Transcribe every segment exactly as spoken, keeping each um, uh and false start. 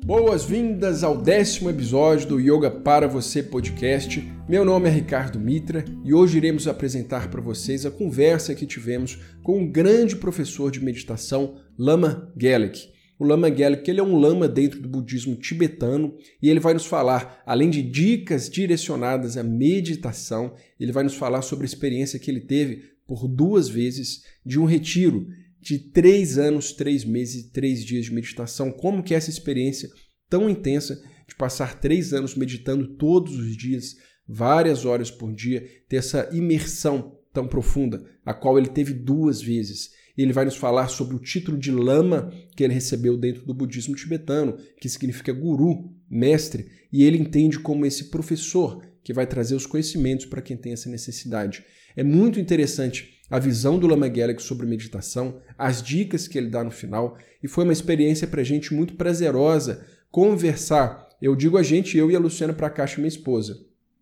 Boas-vindas ao décimo episódio do Yoga para Você podcast. Meu nome é Ricardo Mitra e hoje iremos apresentar para vocês a conversa que tivemos com um grande professor de meditação, Lama Gelek. O Lama Gelek ele é um lama dentro do budismo tibetano e ele vai nos falar, além de dicas direcionadas à meditação, ele vai nos falar sobre a experiência que ele teve por duas vezes de um retiro de três anos, três meses e três dias de meditação. Como que é essa experiência tão intensa de passar três anos meditando todos os dias, várias horas por dia, ter essa imersão tão profunda, a qual ele teve duas vezes. Ele vai nos falar sobre o título de lama que ele recebeu dentro do budismo tibetano, que significa guru, mestre, e ele entende como esse professor que vai trazer os conhecimentos para quem tem essa necessidade. É muito interessante a visão do Lama Gelek sobre meditação, as dicas que ele dá no final, e foi uma experiência para a gente muito prazerosa conversar. Eu digo a gente, eu e a Luciana Prakash, minha esposa.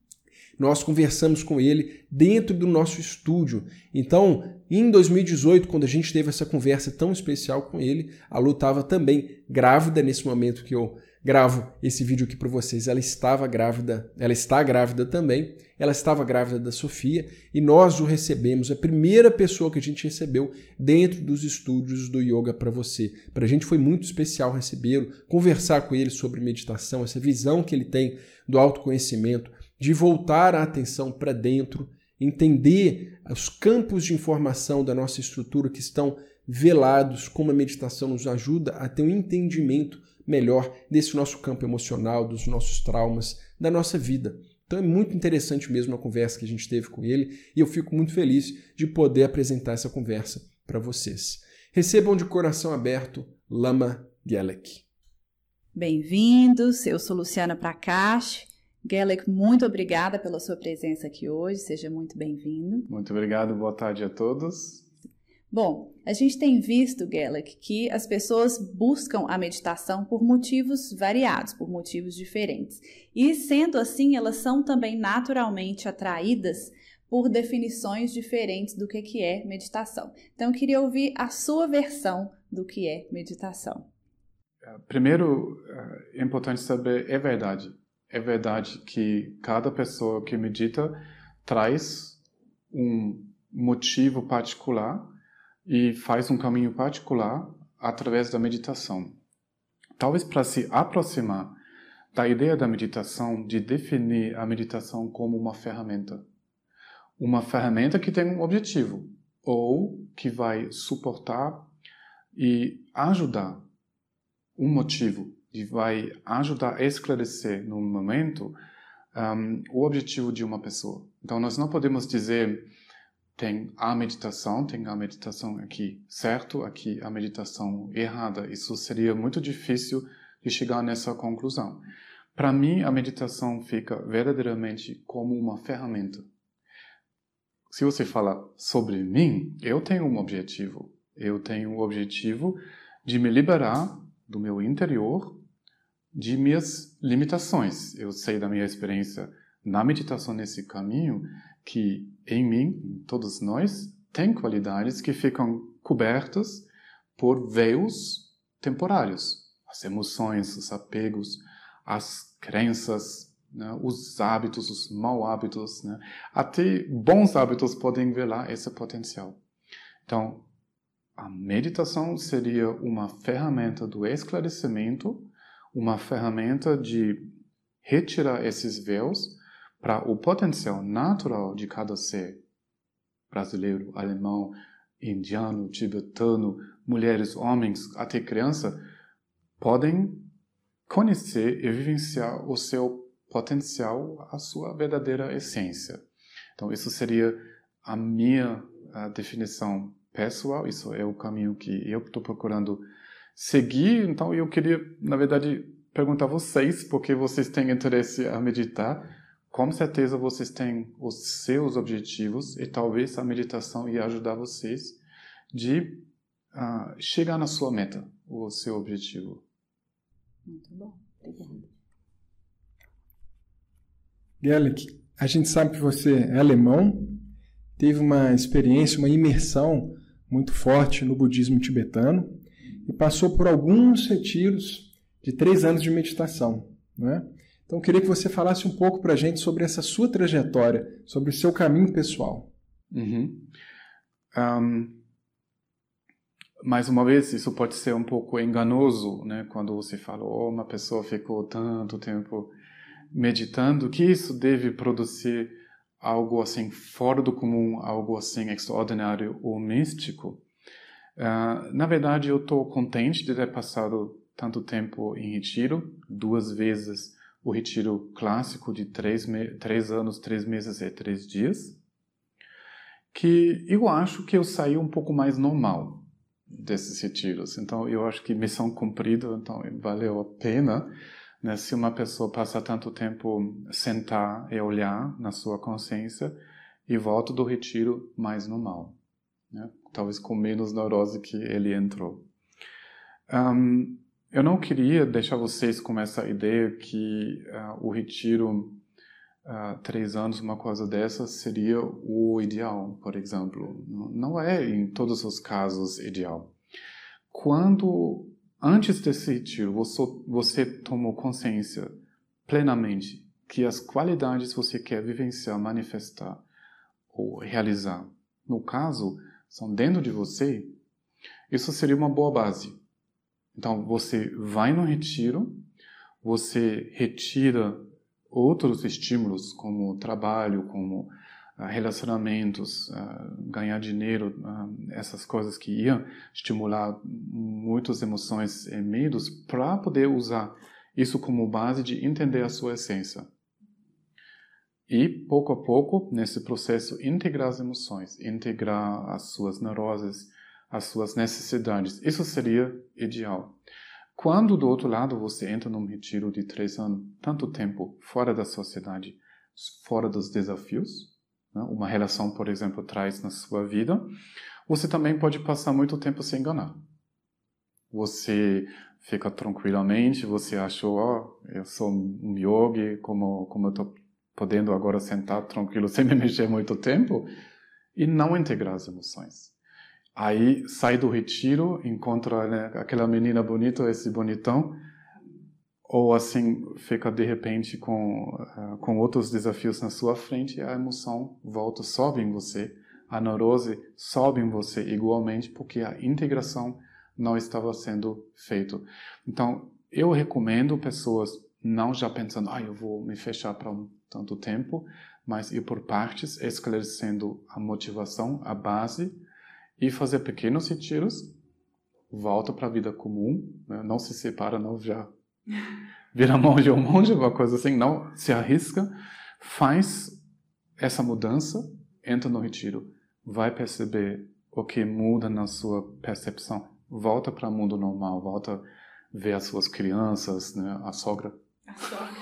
Nós conversamos com ele dentro do nosso estúdio. Então, em dois mil e dezoito, quando a gente teve essa conversa tão especial com ele, a Lu estava também grávida nesse momento que eu gravo esse vídeo aqui para vocês. Ela estava grávida, ela está grávida também, ela estava grávida da Sofia e nós o recebemos, a primeira pessoa que a gente recebeu dentro dos estúdios do Yoga para Você. Para a gente foi muito especial recebê-lo, conversar com ele sobre meditação, essa visão que ele tem do autoconhecimento, de voltar a atenção para dentro, entender os campos de informação da nossa estrutura que estão velados, como a meditação nos ajuda a ter um entendimento melhor desse nosso campo emocional, dos nossos traumas, da nossa vida. Então é muito interessante mesmo a conversa que a gente teve com ele e eu fico muito feliz de poder apresentar essa conversa para vocês. Recebam de coração aberto Lama Gelek. Bem-vindos, eu sou Luciana Prakash. Gelek, muito obrigada pela sua presença aqui hoje, seja muito bem-vindo. Muito obrigado, boa tarde a todos. Bom, a gente tem visto, Gelek, que as pessoas buscam a meditação por motivos variados, por motivos diferentes. E sendo assim, elas são também naturalmente atraídas por definições diferentes do que é meditação. Então, eu queria ouvir a sua versão do que é meditação. Primeiro, é importante saber, é verdade. É verdade que cada pessoa que medita traz um motivo particular e faz um caminho particular através da meditação. Talvez para se aproximar da ideia da meditação, de definir a meditação como uma ferramenta. Uma ferramenta que tem um objetivo, ou que vai suportar e ajudar um motivo, e vai ajudar a esclarecer no momento um, o objetivo de uma pessoa. Então nós não podemos dizer tem a meditação, tem a meditação aqui certo, aqui a meditação errada. Isso seria muito difícil de chegar nessa conclusão. Para mim, a meditação fica verdadeiramente como uma ferramenta. Se você fala sobre mim, eu tenho um objetivo. Eu tenho o objetivo de me liberar do meu interior, de minhas limitações. Eu sei da minha experiência na meditação nesse caminho, que em mim, em todos nós, tem qualidades que ficam cobertas por véus temporários. As emoções, os apegos, as crenças, né, os hábitos, os maus hábitos. Né, até bons hábitos podem velar esse potencial. Então, a meditação seria uma ferramenta do esclarecimento, uma ferramenta de retirar esses véus para o potencial natural de cada ser, brasileiro, alemão, indiano, tibetano, mulheres, homens, até criança, podem conhecer e vivenciar o seu potencial, a sua verdadeira essência. Então, isso seria a minha a definição pessoal, isso é o caminho que eu estou procurando seguir. Então, eu queria, na verdade, perguntar a vocês, porque vocês têm interesse a meditar. Com certeza vocês têm os seus objetivos e talvez a meditação ia ajudar vocês de uh, chegar na sua meta, o seu objetivo. Muito bom, obrigada. Gelek, a gente sabe que você é alemão, teve uma experiência, uma imersão muito forte no budismo tibetano e passou por alguns retiros de três anos de meditação, não é? Então, eu queria que você falasse um pouco para a gente sobre essa sua trajetória, sobre o seu caminho pessoal. Uhum. Um, mais uma vez, isso pode ser um pouco enganoso, né? Quando você fala, oh, uma pessoa ficou tanto tempo meditando, que isso deve produzir algo assim fora do comum, algo assim extraordinário ou místico. Uh, na verdade, eu estou contente de ter passado tanto tempo em retiro, duas vezes o retiro clássico de três, me- três anos, três meses e três dias, que eu acho que eu saí um pouco mais normal desses retiros. Então, eu acho que missão cumprida, então valeu a pena, né? Se uma pessoa passa tanto tempo sentar e olhar na sua consciência e volta do retiro mais normal, né? Talvez com menos neurose que ele entrou. Um, eu não queria deixar vocês com essa ideia que uh, o retiro uh, três anos, uma coisa dessa, seria o ideal, por exemplo. Não é em todos os casos ideal. Quando, antes desse retiro, você, você tomou consciência plenamente que as qualidades que você quer vivenciar, manifestar ou realizar, no caso, são dentro de você, isso seria uma boa base. Então, você vai no retiro, você retira outros estímulos, como trabalho, como uh, relacionamentos, uh, ganhar dinheiro, uh, essas coisas que iam estimular muitas emoções e medos, para poder usar isso como base de entender a sua essência. E, pouco a pouco, nesse processo, integrar as emoções, integrar as suas neuroses, as suas necessidades. Isso seria ideal. Quando, do outro lado, você entra num retiro de três anos, tanto tempo fora da sociedade, fora dos desafios, né? Uma relação, por exemplo, traz na sua vida, você também pode passar muito tempo sem enganar. Você fica tranquilamente, você acha, ó, oh, eu sou um yogi, como, como eu estou podendo agora sentar tranquilo sem me mexer muito tempo, e não integrar as emoções. Aí sai do retiro, encontra, né, aquela menina bonita, esse bonitão, ou assim fica de repente com, uh, com outros desafios na sua frente, e a emoção volta, sobe em você, a neurose sobe em você igualmente, porque a integração não estava sendo feita. Então, eu recomendo pessoas não já pensando, ah, eu vou me fechar para um tanto tempo, mas ir por partes, esclarecendo a motivação, a base, e fazer pequenos retiros, volta para a vida comum, né? Não se separa, não já vira monge ou monge, uma coisa assim, não se arrisca, faz essa mudança, entra no retiro, vai perceber o que muda na sua percepção, volta para o mundo normal, volta a ver as suas crianças, né? A sogra. A sogra.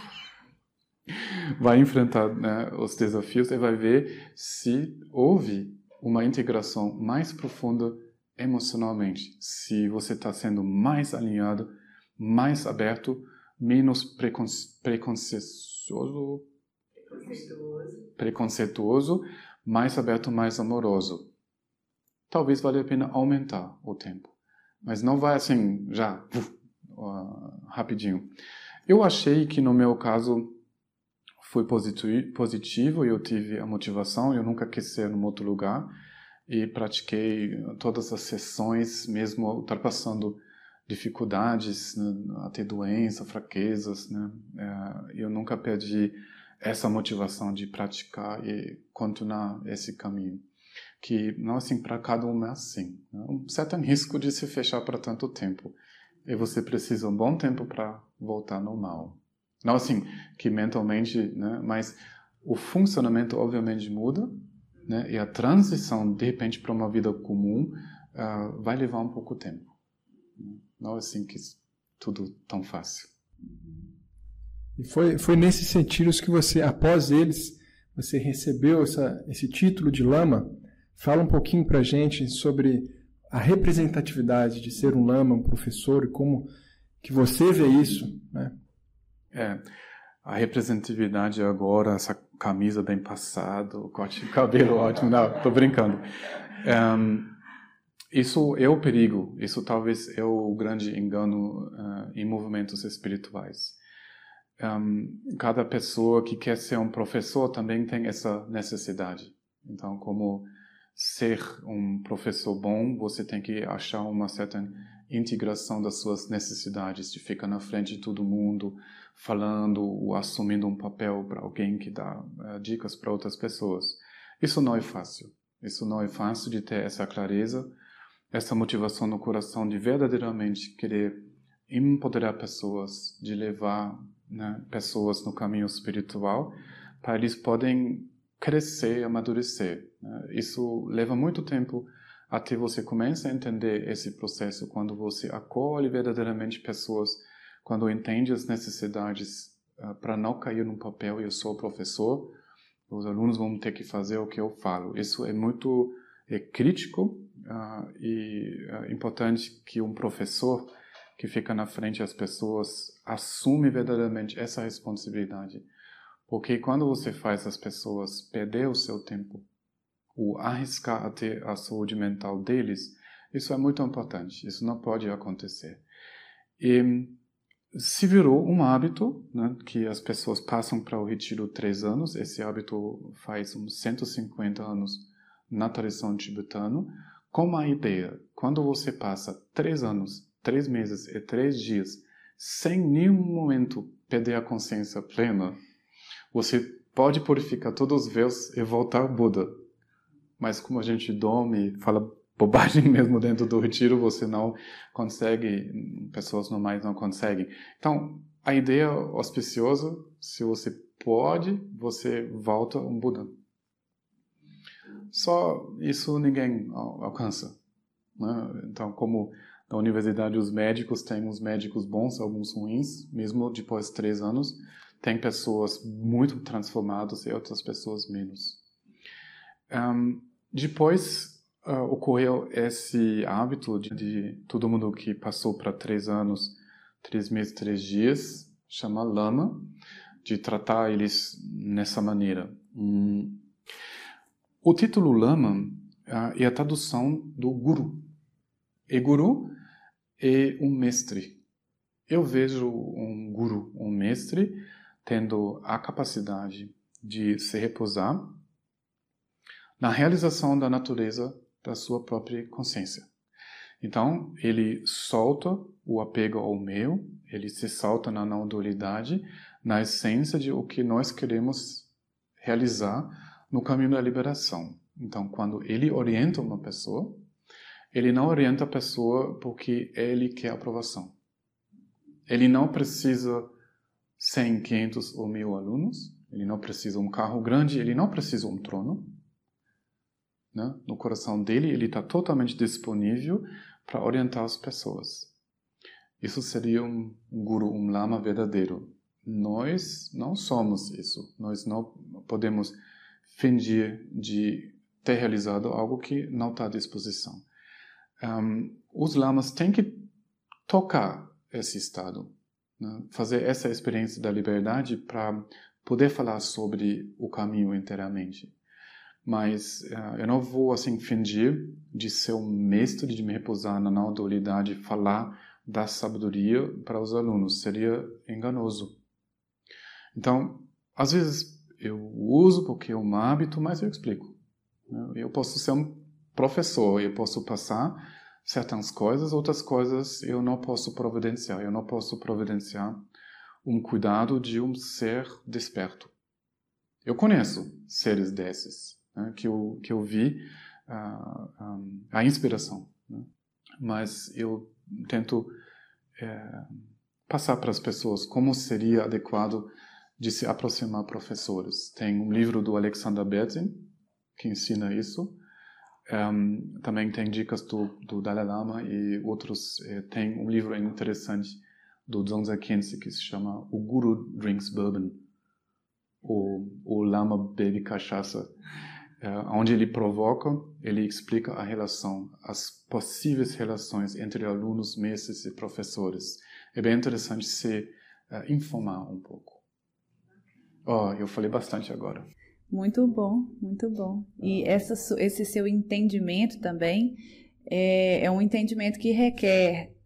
Vai enfrentar, né, os desafios e vai ver se houve uma integração mais profunda emocionalmente. Se você está sendo mais alinhado, mais aberto, menos preconce- preconceituoso, Preconceituoso. preconceituoso, mais aberto, mais amoroso. Talvez valha a pena aumentar o tempo. Mas não vai assim, já, uh, rapidinho. Eu achei que no meu caso foi positivo, eu tive a motivação, eu nunca quis ser em outro lugar e pratiquei todas as sessões, mesmo ultrapassando dificuldades, né, até doença, fraquezas, né? Eu nunca perdi essa motivação de praticar e continuar esse caminho. Que, não assim, para cada um é assim. Né? Um certo risco de se fechar para tanto tempo. E você precisa um bom tempo para voltar ao normal. Não assim, que mentalmente, né? Mas o funcionamento obviamente muda, né? E a transição, de repente, para uma vida comum uh, vai levar um pouco tempo. Não assim que tudo tão fácil. E foi, foi nesses sentidos que você, após eles, você recebeu essa, esse título de lama. Fala um pouquinho para a gente sobre a representatividade de ser um lama, um professor, e como que você vê isso, né? É, a representatividade agora, essa camisa bem passada, o corte de cabelo ótimo, não, tô brincando. Um, isso é o perigo, isso talvez é o grande engano uh, em movimentos espirituais. Um, cada pessoa que quer ser um professor também tem essa necessidade. Então, como ser um professor bom, você tem que achar uma certa integração das suas necessidades, de ficar na frente de todo mundo, falando ou assumindo um papel para alguém que dá uh, dicas para outras pessoas. Isso não é fácil. Isso não é fácil de ter essa clareza, essa motivação no coração de verdadeiramente querer empoderar pessoas, de levar, né, pessoas no caminho espiritual, para eles poderem crescer e amadurecer. Né? Isso leva muito tempo até você começa a entender esse processo, quando você acolhe verdadeiramente pessoas, quando entende as necessidades uh, para não cair num papel, eu sou professor, os alunos vão ter que fazer o que eu falo. Isso é muito é crítico uh, e é uh, importante que um professor que fica na frente das pessoas assume verdadeiramente essa responsabilidade. Porque quando você faz as pessoas perder o seu tempo, ou arriscar até a saúde mental deles, isso é muito importante. Isso não pode acontecer. E se virou um hábito, né, que as pessoas passam para o retiro três anos. Esse hábito faz uns cento e cinquenta anos na tradição tibetana, com a ideia, quando você passa três anos, três meses e três dias, sem nenhum momento perder a consciência plena, você pode purificar todos os véus e voltar ao Buda. Mas como a gente dorme, fala bobagem mesmo dentro do retiro, você não consegue, pessoas normais não conseguem. Então, a ideia auspiciosa, se você pode, você volta um Buda. Só isso ninguém alcança. Né? Então, como na universidade os médicos têm uns médicos bons, alguns ruins, mesmo depois de três anos, tem pessoas muito transformadas e outras pessoas menos. Um, depois uh, ocorreu esse hábito de, de todo mundo que passou para três anos, três meses, três dias, chama lama, de tratar eles nessa maneira. Hum. O título lama uh, é a tradução do guru. E guru é um mestre. Eu vejo um guru, um mestre, tendo a capacidade de se repousar na realização da natureza da sua própria consciência. Então, ele solta o apego ao meio, ele se solta na não-dualidade, na essência de o que nós queremos realizar no caminho da liberação. Então, quando ele orienta uma pessoa, ele não orienta a pessoa porque ele quer aprovação. Ele não precisa cem, quinhentos ou mil alunos, ele não precisa um carro grande, ele não precisa um trono. Né? No coração dele, ele está totalmente disponível para orientar as pessoas. Isso seria um, um guru, um lama verdadeiro. Nós não somos isso. Nós não podemos fingir de ter realizado algo que não está à disposição. Um, os lamas têm que tocar esse estado, né? Fazer essa experiência da liberdade para poder falar sobre o caminho inteiramente. Mas uh, eu não vou assim fingir de ser um mestre, de me repousar na não-dualidade, falar da sabedoria para os alunos. Seria enganoso. Então, às vezes eu uso porque é um hábito, mas eu explico. Eu posso ser um professor, eu posso passar certas coisas, outras coisas eu não posso providenciar. Eu não posso providenciar um cuidado de um ser desperto. Eu conheço seres desses, né, que, eu, que eu vi uh, um, a inspiração. Né? Mas eu tento é, passar para as pessoas como seria adequado de se aproximar professores. Tem um livro do Alexander Berzin que ensina isso. Um, também tem dicas do, do Dalai Lama e outros. Eh, tem um livro interessante do Dzongzha Khyentse que se chama O Guru Drinks Bourbon, ou o Lama bebe cachaça, uh, onde ele provoca, ele explica a relação, as possíveis relações entre alunos, mestres e professores. É bem interessante se uh, informar um pouco. Oh, eu falei bastante agora. Muito bom, muito bom. E essa, esse seu entendimento também é, é um entendimento que requer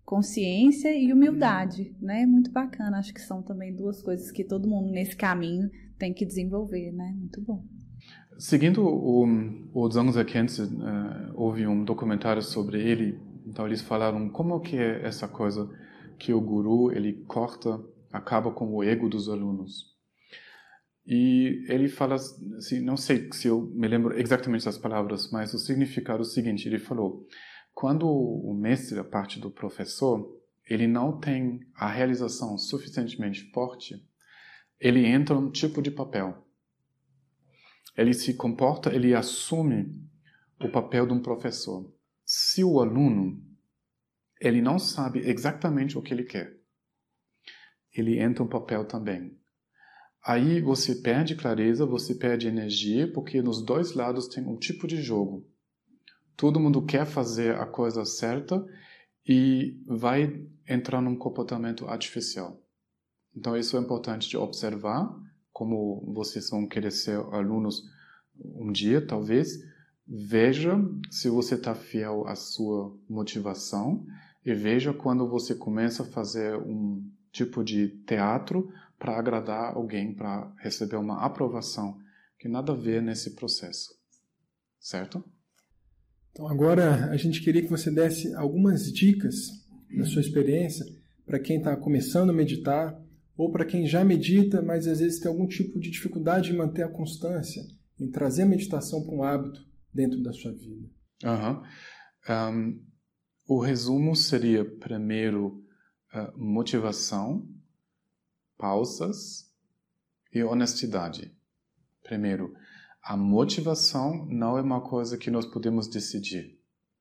consciência e humildade, né? Muito bacana, acho que são também duas coisas que todo mundo nesse caminho tem que desenvolver, né? Muito bom. Seguindo o, o Dzongzhe Khyentse, uh, houve um documentário sobre ele, então eles falaram como que é essa coisa que o guru, ele corta, acaba com o ego dos alunos. E ele fala, assim, não sei se eu me lembro exatamente das palavras, mas o significado é o seguinte, ele falou, quando o mestre, a parte do professor, ele não tem a realização suficientemente forte, ele entra num tipo de papel. Ele se comporta, ele assume o papel de um professor. Se o aluno, ele não sabe exatamente o que ele quer, ele entra no papel também. Aí você perde clareza, você perde energia, porque nos dois lados tem um tipo de jogo. Todo mundo quer fazer a coisa certa e vai entrar num comportamento artificial. Então isso é importante de observar, como vocês vão querer ser alunos um dia, talvez. Veja se você está fiel à sua motivação e veja quando você começa a fazer um tipo de teatro para agradar alguém, para receber uma aprovação, que nada a ver nesse processo. Certo? Então agora a gente queria que você desse algumas dicas da sua experiência para quem está começando a meditar ou para quem já medita, mas às vezes tem algum tipo de dificuldade em manter a constância, em trazer a meditação para um hábito dentro da sua vida. Uhum. Um, o resumo seria, primeiro, uh, motivação, pausas e honestidade. Primeiro, a motivação não é uma coisa que nós podemos decidir.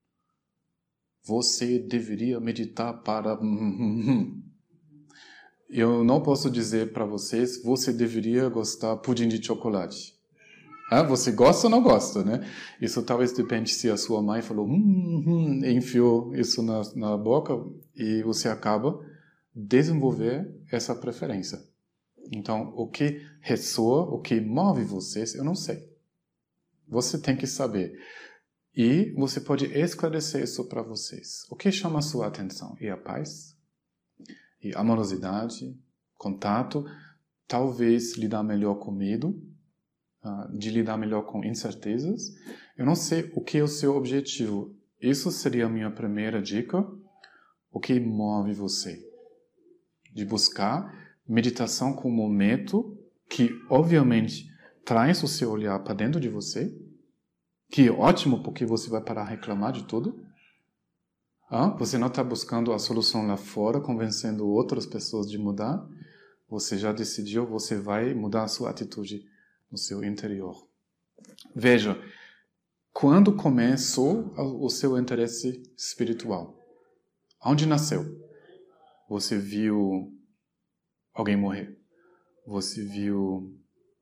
Você deveria meditar para... Eu não posso dizer para vocês, você deveria gostar pudim de chocolate. Ah, você gosta ou não gosta, né? Isso talvez depende se a sua mãe falou, hum, hum, enfiou isso na, na boca e você acaba desenvolver essa preferência. Então, o que ressoa, o que move vocês, eu não sei. Você tem que saber. E você pode esclarecer isso para vocês. O que chama a sua atenção? E a paz? E amorosidade? Contato? Talvez lidar melhor com medo? De lidar melhor com incertezas. Eu não sei o que é o seu objetivo. Isso seria a minha primeira dica. O que move você? De buscar meditação como um momento que, obviamente, traz o seu olhar para dentro de você, que é ótimo porque você vai parar a reclamar de tudo. Ah, você não está buscando a solução lá fora, convencendo outras pessoas de mudar. Você já decidiu, você vai mudar a sua atitude no seu interior. Veja, quando começou o seu interesse espiritual? Onde nasceu? Você viu alguém morrer? Você viu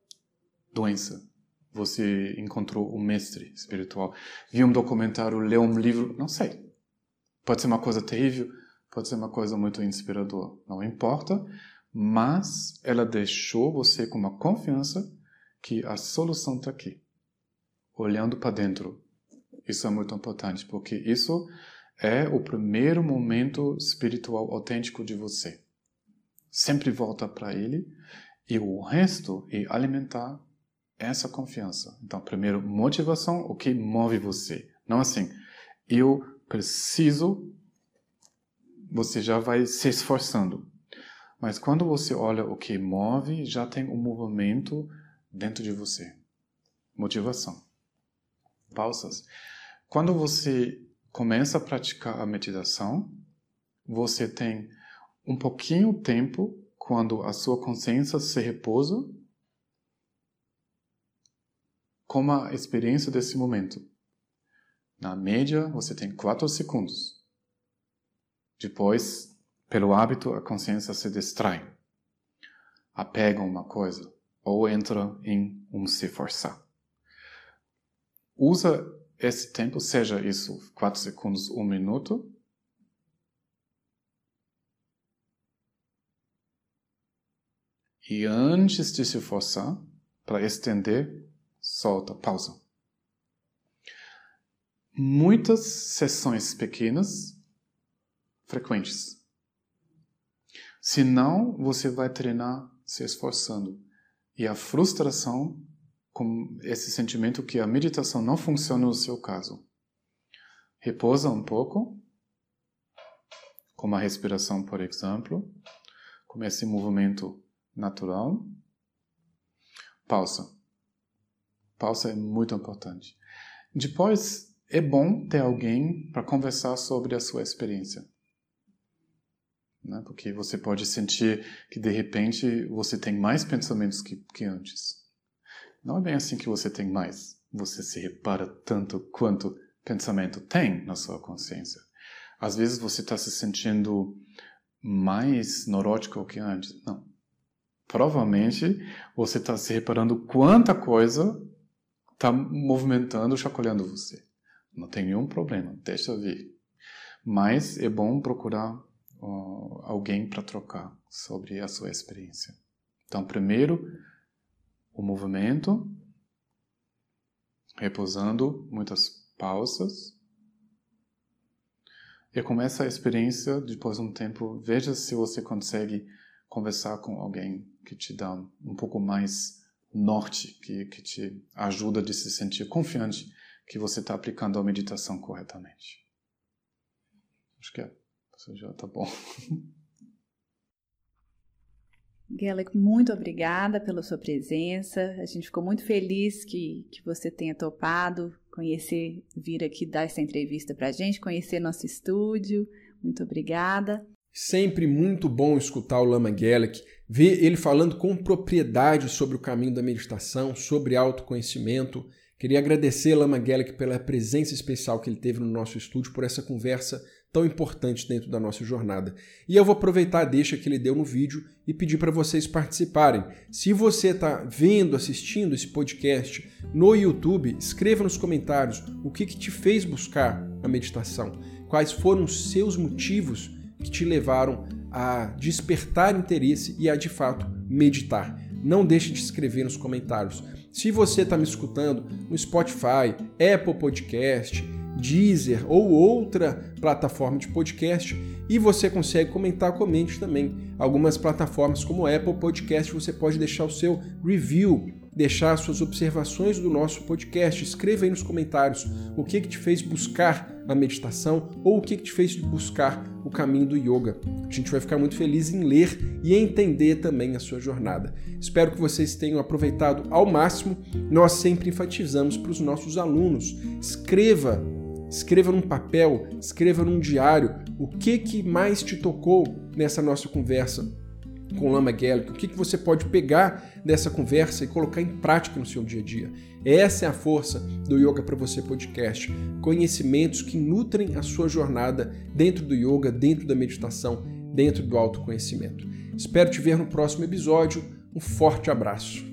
doença? Você encontrou um mestre espiritual? Viu um documentário, leu um livro? Não sei. Pode ser uma coisa terrível, pode ser uma coisa muito inspiradora. Não importa, mas ela deixou você com uma confiança que a solução está aqui, olhando para dentro. Isso é muito importante, porque isso é o primeiro momento espiritual autêntico de você. Sempre volta para ele, e o resto é alimentar essa confiança. Então, primeiro, motivação, o que move você. Não assim, eu preciso, você já vai se esforçando. Mas quando você olha o que move, já tem um movimento dentro de você. Motivação. Pausas. Quando você começa a praticar a meditação, você tem um pouquinho de tempo quando a sua consciência se repousa com a experiência desse momento. Na média, você tem quatro segundos. Depois, pelo hábito, a consciência se distrai. Apega a uma coisa. Ou entra em um se forçar. Usa esse tempo, seja isso quatro segundos, um minuto. E antes de se forçar, para estender, solta, pausa. Muitas sessões pequenas frequentes. Senão, você vai treinar se esforçando. E a frustração, com esse sentimento que a meditação não funciona no seu caso. Repousa um pouco, com uma respiração, por exemplo, com esse movimento natural. Pausa. Pausa é muito importante. Depois, é bom ter alguém para conversar sobre a sua experiência. Né? Porque você pode sentir que, de repente, você tem mais pensamentos que, que antes. Não é bem assim que você tem mais. Você se repara tanto quanto pensamento tem na sua consciência. Às vezes você está se sentindo mais neurótico que antes. Não. Provavelmente você está se reparando quanta coisa está movimentando, chacoalhando você. Não tem nenhum problema, deixa vir. Mas é bom procurar uh, alguém para trocar sobre a sua experiência. Então, primeiro, o movimento, repousando, muitas pausas. E começa a experiência, depois de um tempo, veja se você consegue conversar com alguém que te dá um pouco mais norte, que, que te ajuda a se sentir confiante que você está aplicando a meditação corretamente. Acho que é, isso já está bom. Guelec, muito obrigada pela sua presença. A gente ficou muito feliz que, que você tenha topado conhecer, vir aqui dar essa entrevista para a gente, conhecer nosso estúdio. Muito obrigada. Sempre muito bom escutar o Lama Guelec, ver ele falando com propriedade sobre o caminho da meditação, sobre autoconhecimento. Queria agradecer, Lama Guelec, pela presença especial que ele teve no nosso estúdio, por essa conversa tão importante dentro da nossa jornada. E eu vou aproveitar a deixa que ele deu no vídeo e pedir para vocês participarem. Se você está vendo, assistindo esse podcast no YouTube, escreva nos comentários o que, que te fez buscar a meditação, quais foram os seus motivos que te levaram a despertar interesse e a, de fato, meditar. Não deixe de escrever nos comentários. Se você está me escutando no Spotify, Apple Podcast, Deezer ou outra plataforma de podcast e você consegue comentar, comente também. Algumas plataformas como Apple Podcast você pode deixar o seu review, deixar suas observações do nosso podcast. Escreva aí nos comentários o que, que te fez buscar a meditação ou o que, que te fez buscar o caminho do yoga. A gente vai ficar muito feliz em ler e entender também a sua jornada. Espero que vocês tenham aproveitado ao máximo. Nós sempre enfatizamos para os nossos alunos, escreva, escreva num papel, escreva num diário o que, que mais te tocou nessa nossa conversa com o Lama Guelec, o que, que você pode pegar dessa conversa e colocar em prática no seu dia a dia. Essa é a força do Yoga para Você podcast. Conhecimentos que nutrem a sua jornada dentro do yoga, dentro da meditação, dentro do autoconhecimento. Espero te ver no próximo episódio. Um forte abraço.